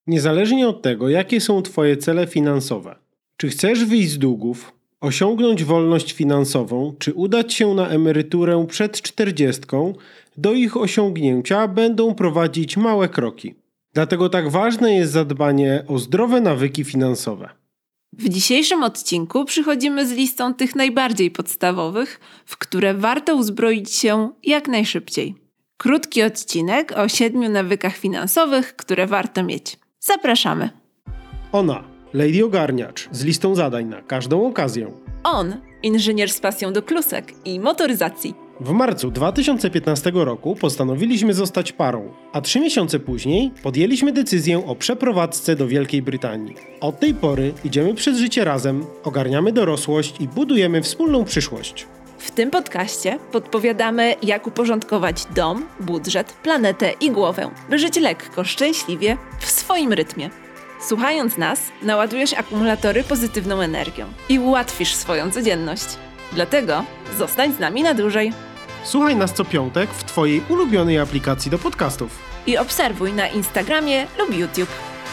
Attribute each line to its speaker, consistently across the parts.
Speaker 1: Niezależnie od tego, jakie są Twoje cele finansowe, czy chcesz wyjść z długów, osiągnąć wolność finansową, czy udać się na emeryturę przed 40, do ich osiągnięcia będą prowadzić małe kroki. Dlatego tak ważne jest zadbanie o zdrowe nawyki finansowe.
Speaker 2: W dzisiejszym odcinku przychodzimy z listą tych najbardziej podstawowych, w które warto uzbroić się jak najszybciej. Krótki odcinek o 7 nawykach finansowych, które warto mieć. Zapraszamy.
Speaker 1: Ona, Lady Ogarniacz, z listą zadań na każdą okazję.
Speaker 2: On, inżynier z pasją do klusek i motoryzacji.
Speaker 1: W marcu 2015 roku postanowiliśmy zostać parą, a 3 miesiące później podjęliśmy decyzję o przeprowadzce do Wielkiej Brytanii. Od tej pory idziemy przez życie razem, ogarniamy dorosłość i budujemy wspólną przyszłość.
Speaker 2: W tym podcaście podpowiadamy, jak uporządkować dom, budżet, planetę i głowę, by żyć lekko, szczęśliwie, w swoim rytmie. Słuchając nas, naładujesz akumulatory pozytywną energią i ułatwisz swoją codzienność. Dlatego zostań z nami na dłużej.
Speaker 1: Słuchaj nas co piątek w Twojej ulubionej aplikacji do podcastów.
Speaker 2: I obserwuj na Instagramie lub YouTube.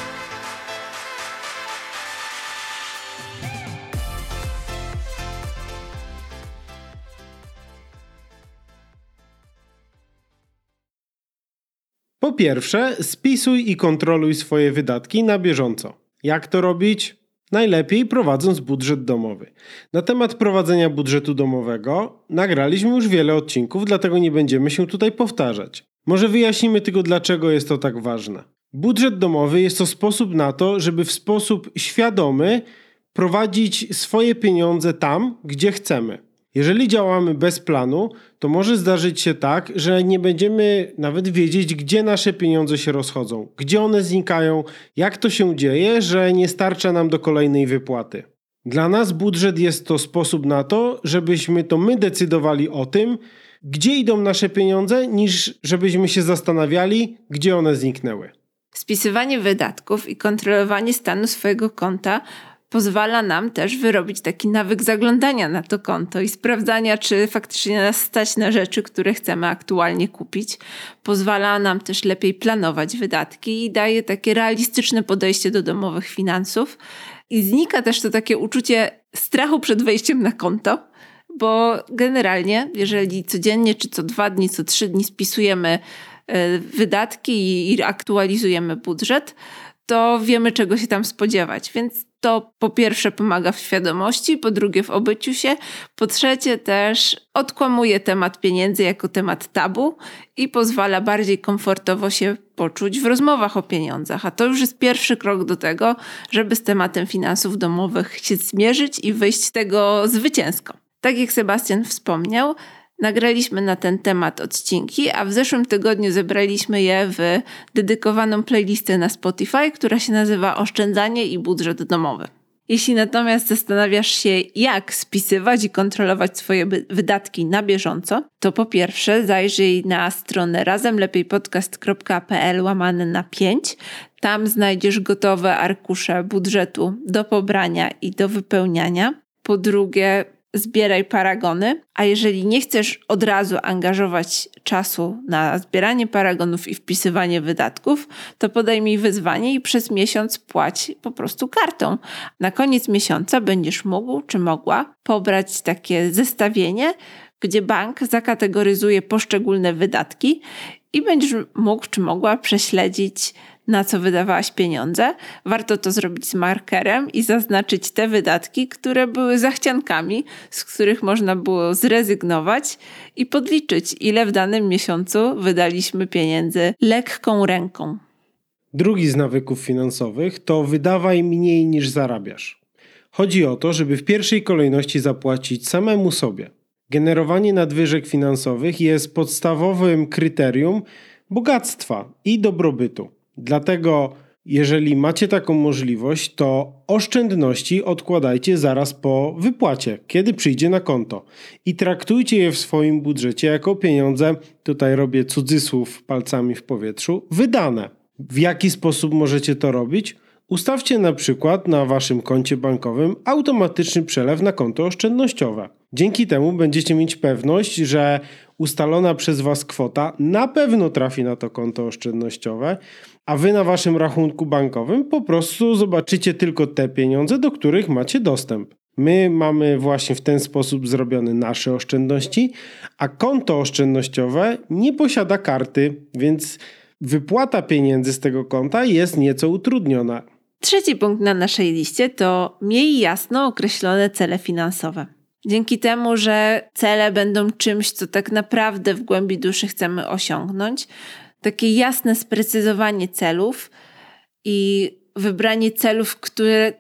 Speaker 1: Po pierwsze, spisuj i kontroluj swoje wydatki na bieżąco. Jak to robić? Najlepiej prowadząc budżet domowy. Na temat prowadzenia budżetu domowego nagraliśmy już wiele odcinków, dlatego nie będziemy się tutaj powtarzać. Może wyjaśnimy tylko, dlaczego jest to tak ważne. Budżet domowy jest to sposób na to, żeby w sposób świadomy prowadzić swoje pieniądze tam, gdzie chcemy. Jeżeli działamy bez planu, to może zdarzyć się tak, że nie będziemy nawet wiedzieć, gdzie nasze pieniądze się rozchodzą, gdzie one znikają, jak to się dzieje, że nie starcza nam do kolejnej wypłaty. Dla nas budżet jest to sposób na to, żebyśmy to my decydowali o tym, gdzie idą nasze pieniądze, niż żebyśmy się zastanawiali, gdzie one zniknęły.
Speaker 2: Spisywanie wydatków i kontrolowanie stanu swojego konta pozwala nam też wyrobić taki nawyk zaglądania na to konto i sprawdzania, czy faktycznie nas stać na rzeczy, które chcemy aktualnie kupić. Pozwala nam też lepiej planować wydatki i daje takie realistyczne podejście do domowych finansów. I znika też to takie uczucie strachu przed wejściem na konto, bo generalnie, jeżeli codziennie, czy co 2 dni, co 3 dni spisujemy wydatki i aktualizujemy budżet, to wiemy, czego się tam spodziewać. Więc to po pierwsze pomaga w świadomości, po drugie w obyciu się, po trzecie też odkłamuje temat pieniędzy jako temat tabu i pozwala bardziej komfortowo się poczuć w rozmowach o pieniądzach. A to już jest pierwszy krok do tego, żeby z tematem finansów domowych się zmierzyć i wyjść z tego zwycięsko. Tak jak Sebastian wspomniał, nagraliśmy na ten temat odcinki, a w zeszłym tygodniu zebraliśmy je w dedykowaną playlistę na Spotify, która się nazywa Oszczędzanie i budżet domowy. Jeśli natomiast zastanawiasz się, jak spisywać i kontrolować swoje wydatki na bieżąco, to po pierwsze zajrzyj na stronę razemlepejpodcast.pl/5. Tam znajdziesz gotowe arkusze budżetu do pobrania i do wypełniania. Po drugie, zbieraj paragony, a jeżeli nie chcesz od razu angażować czasu na zbieranie paragonów i wpisywanie wydatków, to podejmij wyzwanie i przez miesiąc płać po prostu kartą. Na koniec miesiąca będziesz mógł czy mogła pobrać takie zestawienie, gdzie bank zakategoryzuje poszczególne wydatki i będziesz mógł czy mogła prześledzić, na co wydawałaś pieniądze. Warto to zrobić z markerem i zaznaczyć te wydatki, które były zachciankami, z których można było zrezygnować i podliczyć, ile w danym miesiącu wydaliśmy pieniędzy lekką ręką.
Speaker 1: Drugi z nawyków finansowych to wydawaj mniej niż zarabiasz. Chodzi o to, żeby w pierwszej kolejności zapłacić samemu sobie. Generowanie nadwyżek finansowych jest podstawowym kryterium bogactwa i dobrobytu. Dlatego, jeżeli macie taką możliwość, to oszczędności odkładajcie zaraz po wypłacie, kiedy przyjdzie na konto. I traktujcie je w swoim budżecie jako pieniądze, tutaj robię cudzysłów palcami w powietrzu, wydane. W jaki sposób możecie to robić? Ustawcie na przykład na waszym koncie bankowym automatyczny przelew na konto oszczędnościowe. Dzięki temu będziecie mieć pewność, że ustalona przez was kwota na pewno trafi na to konto oszczędnościowe A wy na waszym rachunku bankowym po prostu zobaczycie tylko te pieniądze, do których macie dostęp. My mamy właśnie w ten sposób zrobione nasze oszczędności, a konto oszczędnościowe nie posiada karty, więc wypłata pieniędzy z tego konta jest nieco utrudniona.
Speaker 2: Trzeci punkt na naszej liście to miej jasno określone cele finansowe. Dzięki temu, że cele będą czymś, co tak naprawdę w głębi duszy chcemy osiągnąć, takie jasne sprecyzowanie celów i wybranie celów, które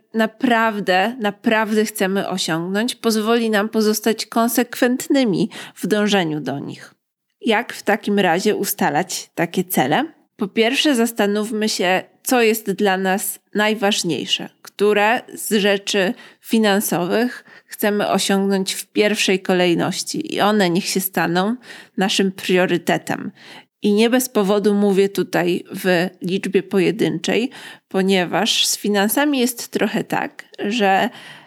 Speaker 2: naprawdę chcemy osiągnąć, pozwoli nam pozostać konsekwentnymi w dążeniu do nich. Jak w takim razie ustalać takie cele? Po pierwsze, zastanówmy się, co jest dla nas najważniejsze, które z rzeczy finansowych chcemy osiągnąć w pierwszej kolejności i one niech się staną naszym priorytetem. I nie bez powodu mówię tutaj w liczbie pojedynczej, ponieważ z finansami jest trochę tak, że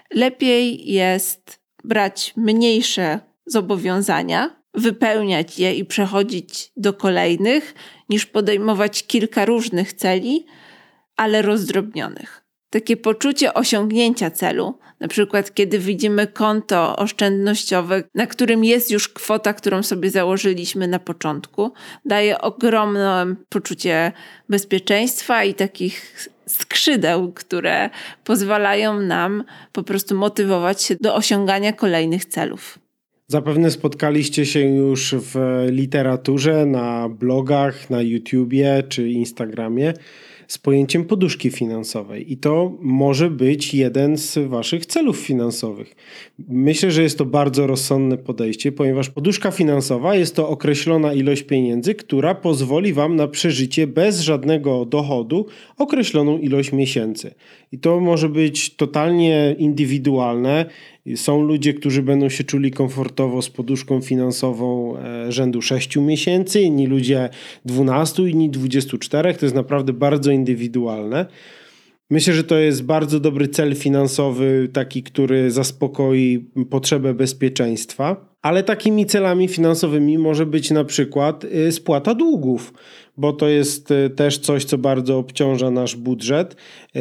Speaker 2: lepiej jest brać mniejsze zobowiązania, wypełniać je i przechodzić do kolejnych, niż podejmować kilka różnych celi, ale rozdrobnionych. Takie poczucie osiągnięcia celu, na przykład kiedy widzimy konto oszczędnościowe, na którym jest już kwota, którą sobie założyliśmy na początku, daje ogromne poczucie bezpieczeństwa i takich skrzydeł, które pozwalają nam po prostu motywować się do osiągania kolejnych celów.
Speaker 1: Zapewne spotkaliście się już w literaturze, na blogach, na YouTubie czy Instagramie z pojęciem poduszki finansowej i to może być jeden z waszych celów finansowych. Myślę, że jest to bardzo rozsądne podejście, ponieważ poduszka finansowa jest to określona ilość pieniędzy, która pozwoli wam na przeżycie bez żadnego dochodu określoną ilość miesięcy. I to może być totalnie indywidualne. Są ludzie, którzy będą się czuli komfortowo z poduszką finansową rzędu 6 miesięcy, inni ludzie 12, inni 24. To jest naprawdę bardzo indywidualne. Myślę, że to jest bardzo dobry cel finansowy, taki, który zaspokoi potrzebę bezpieczeństwa, ale takimi celami finansowymi może być na przykład spłata długów, bo to jest też coś, co bardzo obciąża nasz budżet,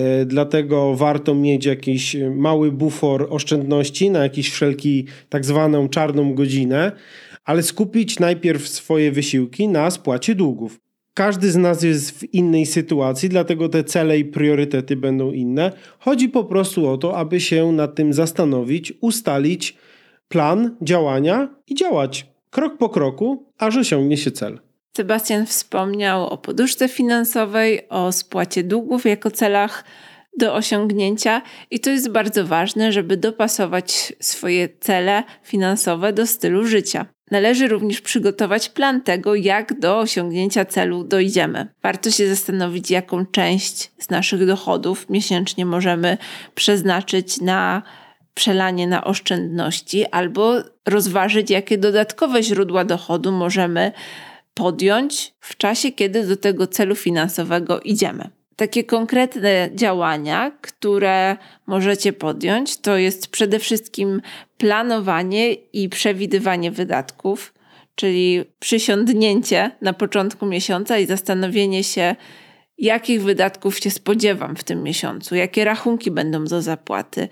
Speaker 1: dlatego warto mieć jakiś mały bufor oszczędności na jakiś wszelki tak zwaną czarną godzinę, ale skupić najpierw swoje wysiłki na spłacie długów. Każdy z nas jest w innej sytuacji, dlatego te cele i priorytety będą inne. Chodzi po prostu o to, aby się nad tym zastanowić, ustalić plan działania i działać krok po kroku, aż osiągnie się cel.
Speaker 2: Sebastian wspomniał o poduszce finansowej, o spłacie długów jako celach do osiągnięcia i to jest bardzo ważne, żeby dopasować swoje cele finansowe do stylu życia. Należy również przygotować plan tego, jak do osiągnięcia celu dojdziemy. Warto się zastanowić, jaką część z naszych dochodów miesięcznie możemy przeznaczyć na przelanie na oszczędności albo rozważyć, jakie dodatkowe źródła dochodu możemy podjąć w czasie, kiedy do tego celu finansowego idziemy. Takie konkretne działania, które możecie podjąć, to jest przede wszystkim planowanie i przewidywanie wydatków, czyli przysiądnięcie na początku miesiąca i zastanowienie się, jakich wydatków się spodziewam w tym miesiącu, jakie rachunki będą do zapłaty,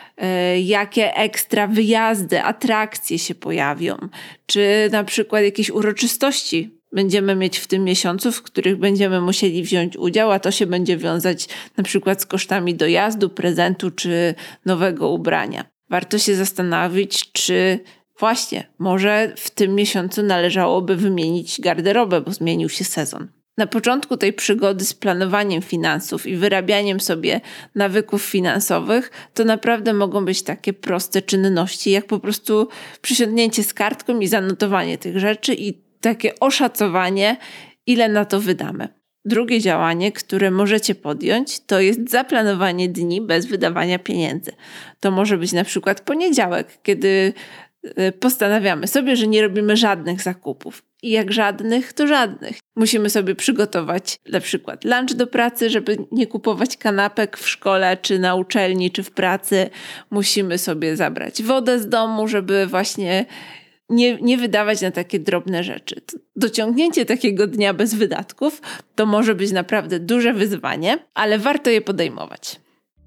Speaker 2: jakie ekstra wyjazdy, atrakcje się pojawią, czy na przykład jakieś uroczystości będziemy mieć w tym miesiącu, w których będziemy musieli wziąć udział, a to się będzie wiązać na przykład z kosztami dojazdu, prezentu czy nowego ubrania. Warto się zastanowić, czy właśnie może w tym miesiącu należałoby wymienić garderobę, bo zmienił się sezon. Na początku tej przygody z planowaniem finansów i wyrabianiem sobie nawyków finansowych to naprawdę mogą być takie proste czynności, jak po prostu przysiądnięcie z kartką i zanotowanie tych rzeczy i takie oszacowanie, ile na to wydamy. Drugie działanie, które możecie podjąć, to jest zaplanowanie dni bez wydawania pieniędzy. To może być na przykład poniedziałek, kiedy postanawiamy sobie, że nie robimy żadnych zakupów. I jak żadnych, to żadnych. Musimy sobie przygotować na przykład lunch do pracy, żeby nie kupować kanapek w szkole, czy na uczelni, czy w pracy. Musimy sobie zabrać wodę z domu, żeby właśnie nie wydawać na takie drobne rzeczy. Dociągnięcie takiego dnia bez wydatków to może być naprawdę duże wyzwanie, ale warto je podejmować.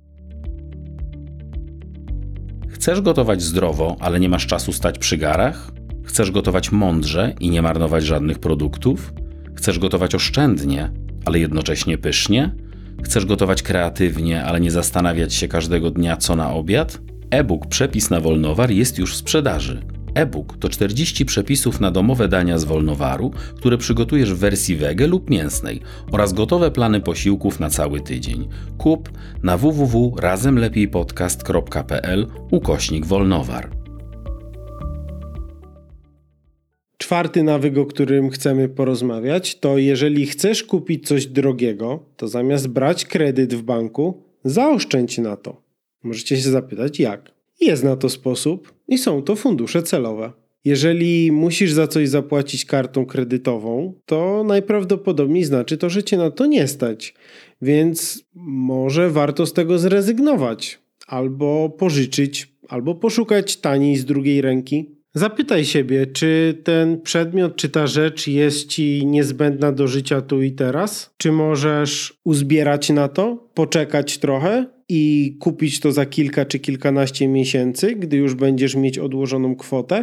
Speaker 3: Chcesz gotować zdrowo, ale nie masz czasu stać przy garach? Chcesz gotować mądrze i nie marnować żadnych produktów? Chcesz gotować oszczędnie, ale jednocześnie pysznie? Chcesz gotować kreatywnie, ale nie zastanawiać się każdego dnia co na obiad? E-book Przepis na Wolnowar jest już w sprzedaży. E-book to 40 przepisów na domowe dania z Wolnowaru, które przygotujesz w wersji wege lub mięsnej oraz gotowe plany posiłków na cały tydzień. Kup na www.razemlepijpodcast.pl/Wolnowar.
Speaker 1: Czwarty nawyk, o którym chcemy porozmawiać, to jeżeli chcesz kupić coś drogiego, to zamiast brać kredyt w banku, zaoszczędź na to. Możecie się zapytać jak. Jest na to sposób i są to fundusze celowe. Jeżeli musisz za coś zapłacić kartą kredytową, to najprawdopodobniej znaczy to, że cię na to nie stać. Więc może warto z tego zrezygnować, albo pożyczyć, albo poszukać taniej z drugiej ręki. Zapytaj siebie, czy ten przedmiot, czy ta rzecz jest ci niezbędna do życia tu i teraz? Czy możesz uzbierać na to, poczekać trochę i kupić to za kilka czy kilkanaście miesięcy, gdy już będziesz mieć odłożoną kwotę?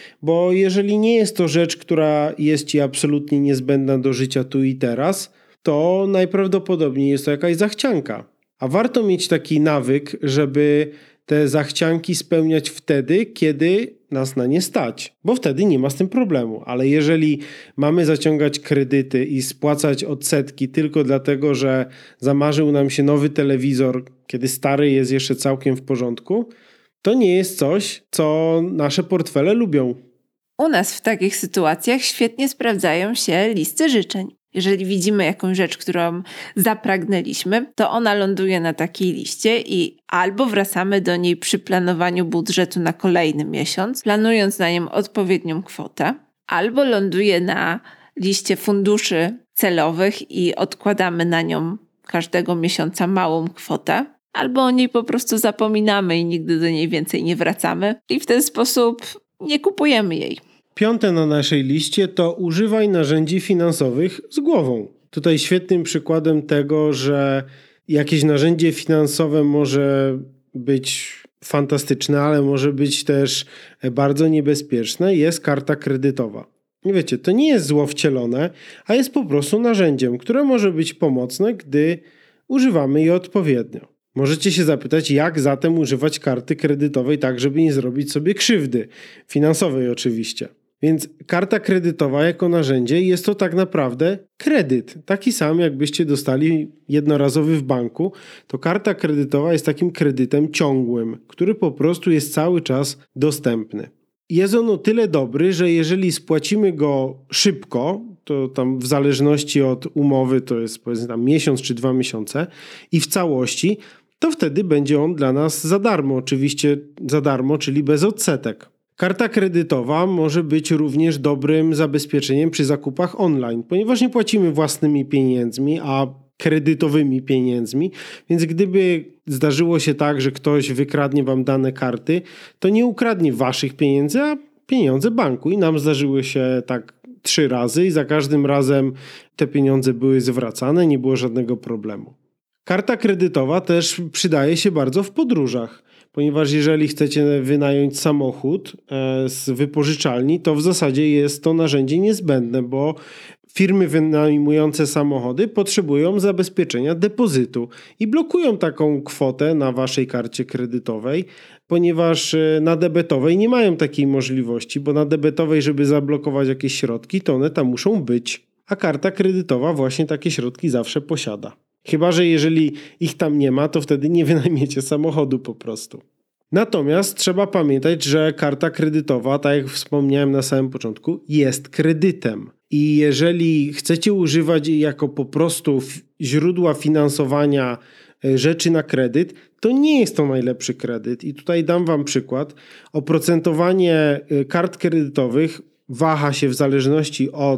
Speaker 1: Bo jeżeli nie jest to rzecz, która jest ci absolutnie niezbędna do życia tu i teraz, to najprawdopodobniej jest to jakaś zachcianka. A warto mieć taki nawyk, żeby te zachcianki spełniać wtedy, kiedy nas na nie stać, bo wtedy nie ma z tym problemu. Ale jeżeli mamy zaciągać kredyty i spłacać odsetki tylko dlatego, że zamarzył nam się nowy telewizor, kiedy stary jest jeszcze całkiem w porządku, to nie jest coś, co nasze portfele lubią.
Speaker 2: U nas w takich sytuacjach świetnie sprawdzają się listy życzeń. Jeżeli widzimy jakąś rzecz, którą zapragnęliśmy, to ona ląduje na takiej liście i albo wracamy do niej przy planowaniu budżetu na kolejny miesiąc, planując na nią odpowiednią kwotę, albo ląduje na liście funduszy celowych i odkładamy na nią każdego miesiąca małą kwotę, albo o niej po prostu zapominamy i nigdy do niej więcej nie wracamy i w ten sposób nie kupujemy jej.
Speaker 1: Piąte na naszej liście to używaj narzędzi finansowych z głową. Tutaj świetnym przykładem tego, że jakieś narzędzie finansowe może być fantastyczne, ale może być też bardzo niebezpieczne, jest karta kredytowa. Wiecie, to nie jest zło wcielone, a jest po prostu narzędziem, które może być pomocne, gdy używamy je odpowiednio. Możecie się zapytać, jak zatem używać karty kredytowej tak, żeby nie zrobić sobie krzywdy. Finansowej oczywiście. Więc karta kredytowa jako narzędzie jest to tak naprawdę kredyt. Taki sam jakbyście dostali jednorazowy w banku, to karta kredytowa jest takim kredytem ciągłym, który po prostu jest cały czas dostępny. Jest on o tyle dobry, że jeżeli spłacimy go szybko, to tam w zależności od umowy to jest powiedzmy tam miesiąc czy 2 miesiące i w całości, to wtedy będzie on dla nas za darmo. Oczywiście za darmo, czyli bez odsetek. Karta kredytowa może być również dobrym zabezpieczeniem przy zakupach online, ponieważ nie płacimy własnymi pieniędzmi, a kredytowymi pieniędzmi, więc gdyby zdarzyło się tak, że ktoś wykradnie wam dane karty, to nie ukradnie waszych pieniędzy, a pieniądze banku. I nam zdarzyło się tak 3 razy i za każdym razem te pieniądze były zwracane, nie było żadnego problemu. Karta kredytowa też przydaje się bardzo w podróżach, ponieważ jeżeli chcecie wynająć samochód z wypożyczalni, to w zasadzie jest to narzędzie niezbędne, bo firmy wynajmujące samochody potrzebują zabezpieczenia depozytu i blokują taką kwotę na waszej karcie kredytowej, ponieważ na debetowej nie mają takiej możliwości, bo na debetowej, żeby zablokować jakieś środki, to one tam muszą być, a karta kredytowa właśnie takie środki zawsze posiada. Chyba że jeżeli ich tam nie ma, to wtedy nie wynajmiecie samochodu po prostu. Natomiast trzeba pamiętać, że karta kredytowa, tak jak wspomniałem na samym początku, jest kredytem. I jeżeli chcecie używać jej jako po prostu źródła finansowania rzeczy na kredyt, to nie jest to najlepszy kredyt. I tutaj dam wam przykład. Oprocentowanie kart kredytowych waha się w zależności od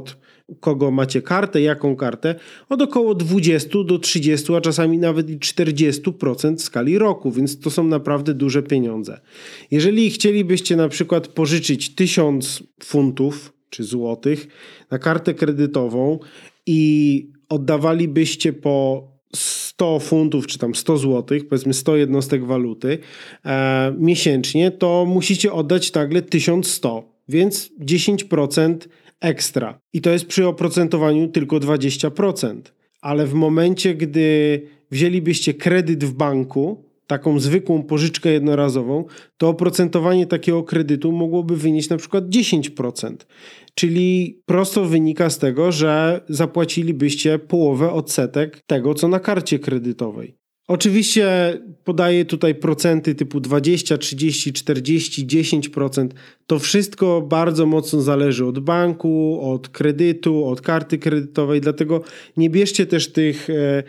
Speaker 1: u kogo macie kartę, jaką kartę, od około 20 do 30, a czasami nawet i 40% w skali roku, więc to są naprawdę duże pieniądze. Jeżeli chcielibyście na przykład pożyczyć 1000 funtów czy złotych na kartę kredytową i oddawalibyście po 100 funtów czy tam 100 złotych, powiedzmy 100 jednostek waluty miesięcznie, to musicie oddać nagle 1100, więc 10% ekstra. I to jest przy oprocentowaniu tylko 20%. Ale w momencie, gdy wzięlibyście kredyt w banku, taką zwykłą pożyczkę jednorazową, to oprocentowanie takiego kredytu mogłoby wynieść na przykład 10%. Czyli prosto wynika z tego, że zapłacilibyście połowę odsetek tego, co na karcie kredytowej. Oczywiście podaję tutaj procenty typu 20, 30, 40, 10%. To wszystko bardzo mocno zależy od banku, od kredytu, od karty kredytowej, dlatego nie bierzcie też tych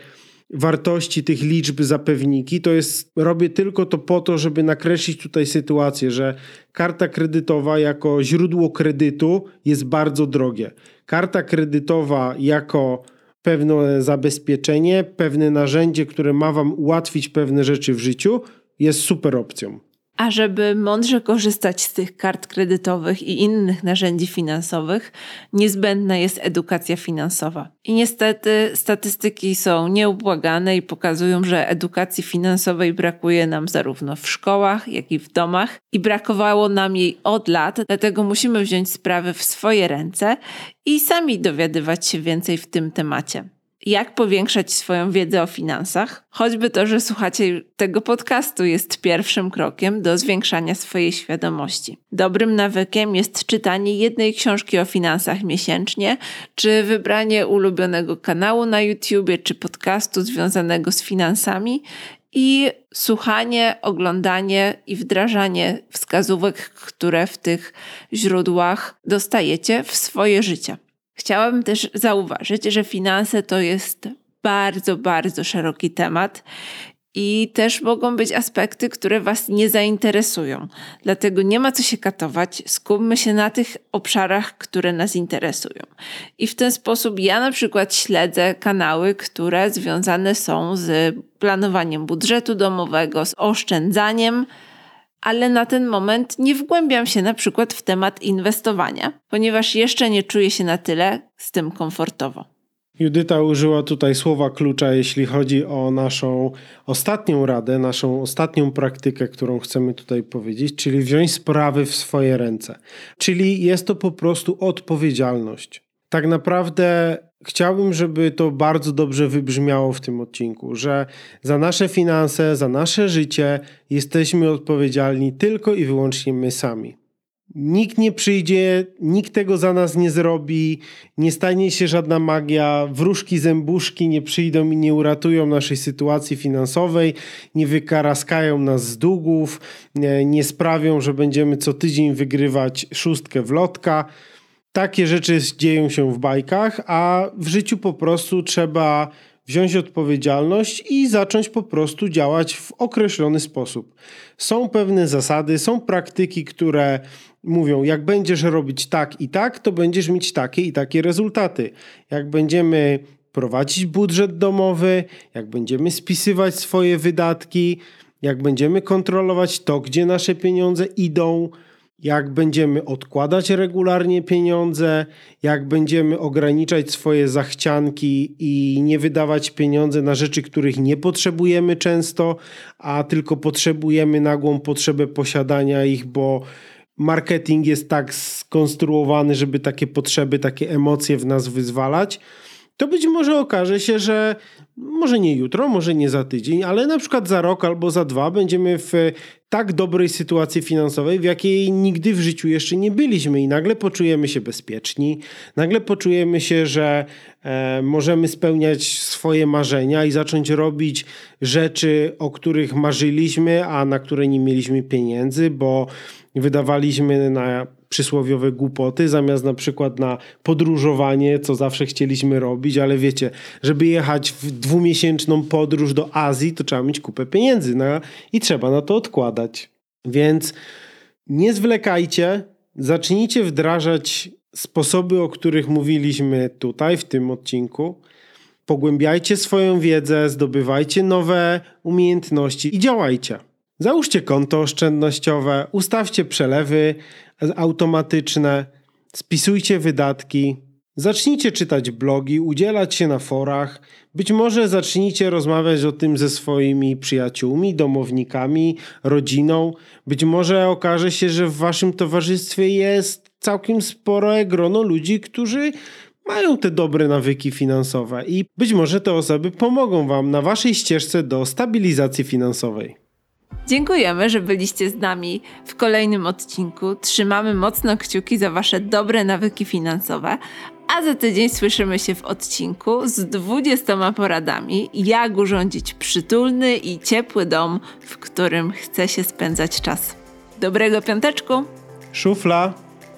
Speaker 1: wartości, tych liczb za pewniki. Robię tylko to po to, żeby nakreślić tutaj sytuację, że karta kredytowa jako źródło kredytu jest bardzo drogie. Karta kredytowa jako pewne zabezpieczenie, pewne narzędzie, które ma wam ułatwić pewne rzeczy w życiu, jest super opcją.
Speaker 2: A żeby mądrze korzystać z tych kart kredytowych i innych narzędzi finansowych, niezbędna jest edukacja finansowa. I niestety statystyki są nieubłagane i pokazują, że edukacji finansowej brakuje nam zarówno w szkołach, jak i w domach. I brakowało nam jej od lat, dlatego musimy wziąć sprawy w swoje ręce i sami dowiadywać się więcej w tym temacie. Jak powiększać swoją wiedzę o finansach? Choćby to, że słuchacie tego podcastu jest pierwszym krokiem do zwiększania swojej świadomości. Dobrym nawykiem jest czytanie jednej książki o finansach miesięcznie, czy wybranie ulubionego kanału na YouTubie, czy podcastu związanego z finansami i słuchanie, oglądanie i wdrażanie wskazówek, które w tych źródłach dostajecie w swoje życie. Chciałabym też zauważyć, że finanse to jest bardzo, bardzo szeroki temat i też mogą być aspekty, które was nie zainteresują. Dlatego nie ma co się katować, skupmy się na tych obszarach, które nas interesują. I w ten sposób ja na przykład śledzę kanały, które związane są z planowaniem budżetu domowego, z oszczędzaniem, ale na ten moment nie wgłębiam się na przykład w temat inwestowania, ponieważ jeszcze nie czuję się na tyle z tym komfortowo.
Speaker 1: Judyta użyła tutaj słowa klucza, jeśli chodzi o naszą ostatnią radę, naszą ostatnią praktykę, którą chcemy tutaj powiedzieć, czyli wziąć sprawy w swoje ręce. Czyli jest to po prostu odpowiedzialność. Tak naprawdę chciałbym, żeby to bardzo dobrze wybrzmiało w tym odcinku, że za nasze finanse, za nasze życie jesteśmy odpowiedzialni tylko i wyłącznie my sami. Nikt nie przyjdzie, nikt tego za nas nie zrobi, nie stanie się żadna magia, wróżki zębuszki nie przyjdą i nie uratują naszej sytuacji finansowej, nie wykaraskają nas z długów, nie sprawią, że będziemy co tydzień wygrywać 6 w lotka. Takie rzeczy dzieją się w bajkach, a w życiu po prostu trzeba wziąć odpowiedzialność i zacząć po prostu działać w określony sposób. Są pewne zasady, są praktyki, które mówią, jak będziesz robić tak i tak, to będziesz mieć takie i takie rezultaty. Jak będziemy prowadzić budżet domowy, jak będziemy spisywać swoje wydatki, jak będziemy kontrolować to, gdzie nasze pieniądze idą, jak będziemy odkładać regularnie pieniądze, jak będziemy ograniczać swoje zachcianki i nie wydawać pieniądze na rzeczy, których nie potrzebujemy często, a tylko potrzebujemy nagłą potrzebę posiadania ich, bo marketing jest tak skonstruowany, żeby takie potrzeby, takie emocje w nas wyzwalać, to być może okaże się, że może nie jutro, może nie za tydzień, ale na przykład za rok albo za 2 będziemy w tak dobrej sytuacji finansowej, w jakiej nigdy w życiu jeszcze nie byliśmy i nagle poczujemy się bezpieczni, nagle poczujemy się, że możemy spełniać swoje marzenia i zacząć robić rzeczy, o których marzyliśmy, a na które nie mieliśmy pieniędzy, bo wydawaliśmy na przysłowiowe głupoty, zamiast na przykład na podróżowanie, co zawsze chcieliśmy robić, ale wiecie, żeby jechać w 2-miesięczną podróż do Azji, to trzeba mieć kupę pieniędzy i trzeba na to odkładać. Więc nie zwlekajcie, zacznijcie wdrażać sposoby, o których mówiliśmy tutaj w tym odcinku. Pogłębiajcie swoją wiedzę, zdobywajcie nowe umiejętności i działajcie. Załóżcie konto oszczędnościowe, ustawcie przelewy automatyczne, spisujcie wydatki, zacznijcie czytać blogi, udzielać się na forach, być może zacznijcie rozmawiać o tym ze swoimi przyjaciółmi, domownikami, rodziną. Być może okaże się, że w waszym towarzystwie jest całkiem spore grono ludzi, którzy mają te dobre nawyki finansowe i być może te osoby pomogą wam na waszej ścieżce do stabilizacji finansowej.
Speaker 2: Dziękujemy, że byliście z nami w kolejnym odcinku. Trzymamy mocno kciuki za wasze dobre nawyki finansowe, a za tydzień słyszymy się w odcinku z 20 poradami, jak urządzić przytulny i ciepły dom, w którym chce się spędzać czas. Dobrego piąteczku!
Speaker 1: Szufla.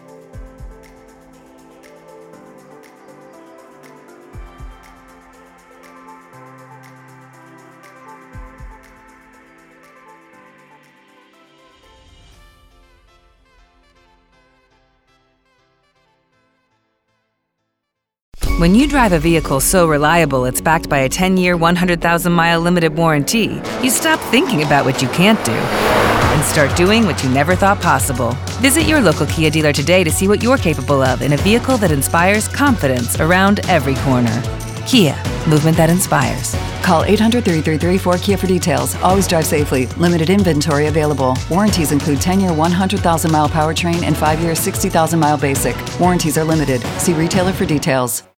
Speaker 4: When you drive a vehicle so reliable it's backed by a 10-year, 100,000-mile limited warranty, you stop thinking about what you can't do and start doing what you never thought possible. Visit your local Kia dealer today to see what you're capable of in a vehicle that inspires confidence around every corner. Kia, movement that inspires.
Speaker 5: Call 800-333-4KIA for details. Always drive safely. Limited inventory available. Warranties include 10-year 100,000-mile powertrain and 5-year 60,000-mile basic. Warranties are limited. See retailer for details.